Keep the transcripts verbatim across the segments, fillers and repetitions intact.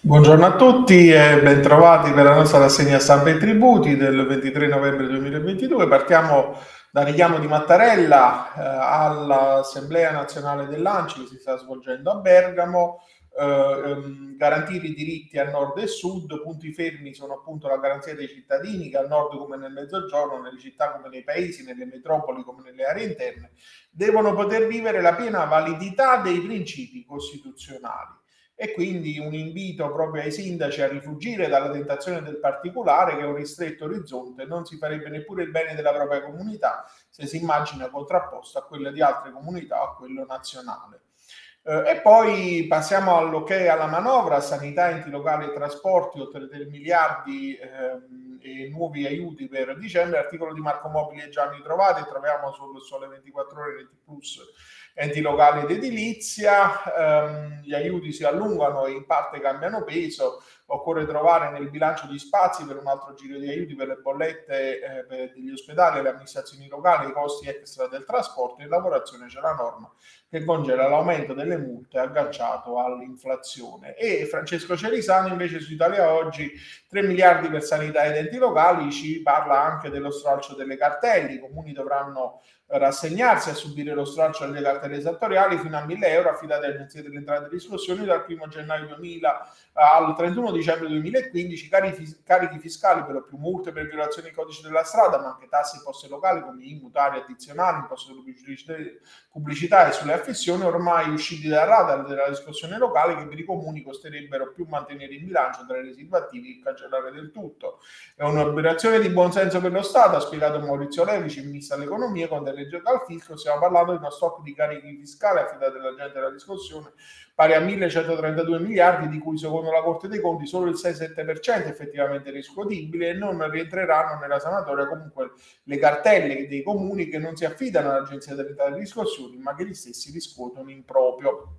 Buongiorno a tutti e bentrovati per la nostra rassegna stampa e tributi del ventitré novembre duemilaventidue. Partiamo dal richiamo di Mattarella eh, all'Assemblea Nazionale dell'A N C I che si sta svolgendo a Bergamo. Eh, ehm, garantire i diritti a nord e sud, punti fermi sono appunto la garanzia dei cittadini che al nord come nel mezzogiorno, nelle città come nei paesi, nelle metropoli come nelle aree interne, devono poter vivere la piena validità dei principi costituzionali. E quindi un invito proprio ai sindaci a rifuggire dalla tentazione del particolare, che è un ristretto orizzonte, non si farebbe neppure il bene della propria comunità se si immagina contrapposto a quella di altre comunità o a quello nazionale. Eh, e poi passiamo all'ok alla manovra, sanità, enti locali e trasporti, oltre tre miliardi ehm, e nuovi aiuti per dicembre, articolo di Marco Mobili e Gianni Trovati, troviamo sul Sole ventiquattro Ore, Reti Plus, enti locali ed edilizia. Ehm, gli aiuti si allungano e in parte cambiano peso, occorre trovare nel bilancio di spazi per un altro giro di aiuti per le bollette eh, per degli ospedali, le amministrazioni locali, i costi extra del trasporto. In lavorazione c'è la norma che congela l'aumento delle multe agganciato all'inflazione. E Francesco Cerisano invece su Italia Oggi, tre miliardi per sanità ed enti locali, ci parla anche dello stralcio delle cartelle. I comuni dovranno rassegnarsi a subire lo stralcio delle cartelle esattoriali fino a mille euro affidate all'Agenzia delle Entrate e Riscossioni dal primo gennaio duemila al trentuno dicembre duemilaquindici, carichi, carichi fiscali per lo più multe per violazione del codice della strada, ma anche tasse e imposte locali come I M U, tari addizionali, imposte sulle pubblicità e sulle affissioni, ormai usciti dal radar della riscossione locale, che per i comuni costerebbero più mantenere in bilancio tra i residui attivi che cancellare del tutto. È un'operazione di buonsenso per lo Stato, ha spiegato Maurizio Levici, ministro dell'economia, con delegge dal fisco. Stiamo parlando di uno stock di carichi fiscali affidati all'agente della riscossione pari a millecentotrentadue miliardi, di cui secondo la Corte dei Conti solo il sei sette per cento effettivamente riscuotibile, e non rientreranno nella sanatoria comunque le cartelle dei comuni che non si affidano all'Agenzia delle Entrate e Riscossioni, ma che gli stessi riscuotono in proprio.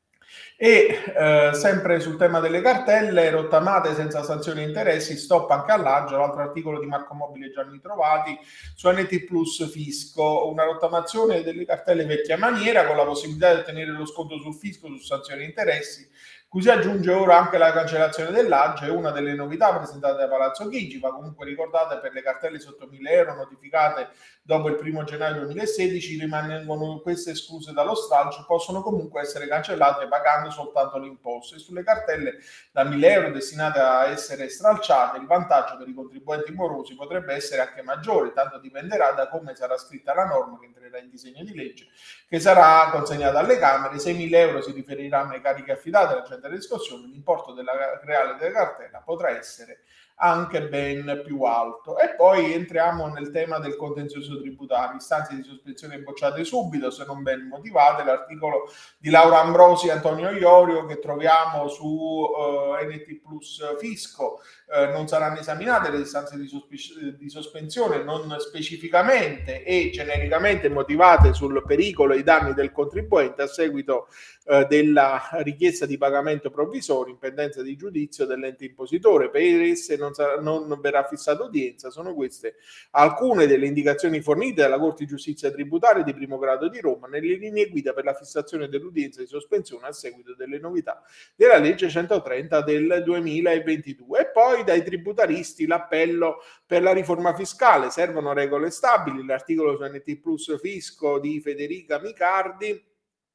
E eh, sempre sul tema delle cartelle, rottamate senza sanzioni e interessi, stop anche all'agio, l'altro articolo di Marco Mobili e Gianni Trovati su N T Plus Fisco, una rottamazione delle cartelle vecchia maniera con la possibilità di ottenere lo sconto sul fisco su sanzioni e interessi, cui si aggiunge ora anche la cancellazione dell'agio. È una delle novità presentate da Palazzo Chigi, ma comunque ricordate, per le cartelle sotto mille euro notificate dopo il primo gennaio duemilasedici rimangono queste escluse dallo stralcio, possono comunque essere cancellate pagando soltanto l'imposta. E sulle cartelle da mille euro destinate a essere stralciate, il vantaggio per i contribuenti morosi potrebbe essere anche maggiore, tanto dipenderà da come sarà scritta la norma che entrerà in disegno di legge, che sarà consegnata alle Camere. seimila euro si riferiranno ai carichi affidati alla gente delle riscossioni, l'importo della reale della cartella potrà essere anche ben più alto. E poi entriamo nel tema del contenzioso tributario, istanze di sospensione bocciate subito se non ben motivate, l'articolo di Laura Ambrosi e Antonio Iorio che troviamo su uh, N T Plus Fisco. Uh, non saranno esaminate le istanze di, sospe- di sospensione non specificamente e genericamente motivate sul pericolo e i danni del contribuente a seguito uh, della richiesta di pagamento provvisorio in pendenza di giudizio dell'ente impositore. Per esse non, sarà, non verrà fissata udienza. Sono queste alcune delle indicazioni fornite dalla Corte di Giustizia Tributaria di primo grado di Roma nelle linee guida per la fissazione dell'udienza di sospensione a seguito delle novità della legge centotrenta del duemilaventidue. E poi dai tributaristi l'appello per la riforma fiscale: servono regole stabili, l'articolo su N T Plus Fisco di Federica Micardi.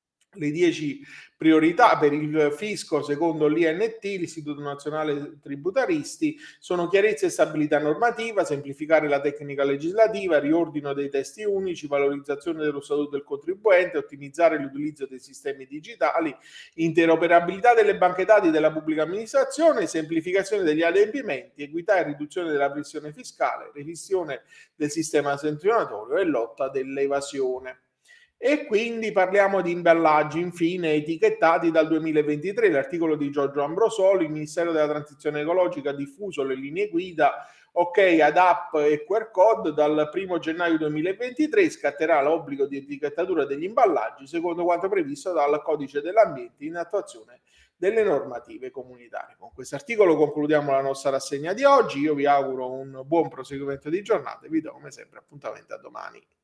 Le dieci priorità per il fisco secondo l'I N T, l'Istituto Nazionale Tributaristi, sono chiarezza e stabilità normativa, semplificare la tecnica legislativa, riordino dei testi unici, valorizzazione dello statuto del contribuente, ottimizzare l'utilizzo dei sistemi digitali, interoperabilità delle banche dati della pubblica amministrazione, semplificazione degli adempimenti, equità e riduzione della pressione fiscale, revisione del sistema sanzionatorio e lotta dell'evasione. E quindi parliamo di imballaggi, infine, etichettati dal duemilaventitré. L'articolo di Giorgio Ambrosoli: il Ministero della Transizione Ecologica ha diffuso le linee guida ok ad app e Q R code. Dal primo gennaio duemilaventitré scatterà l'obbligo di etichettatura degli imballaggi secondo quanto previsto dal Codice dell'Ambiente in attuazione delle normative comunitarie. Con questo articolo concludiamo la nostra rassegna di oggi. Io vi auguro un buon proseguimento di giornata e vi do come sempre appuntamento a domani.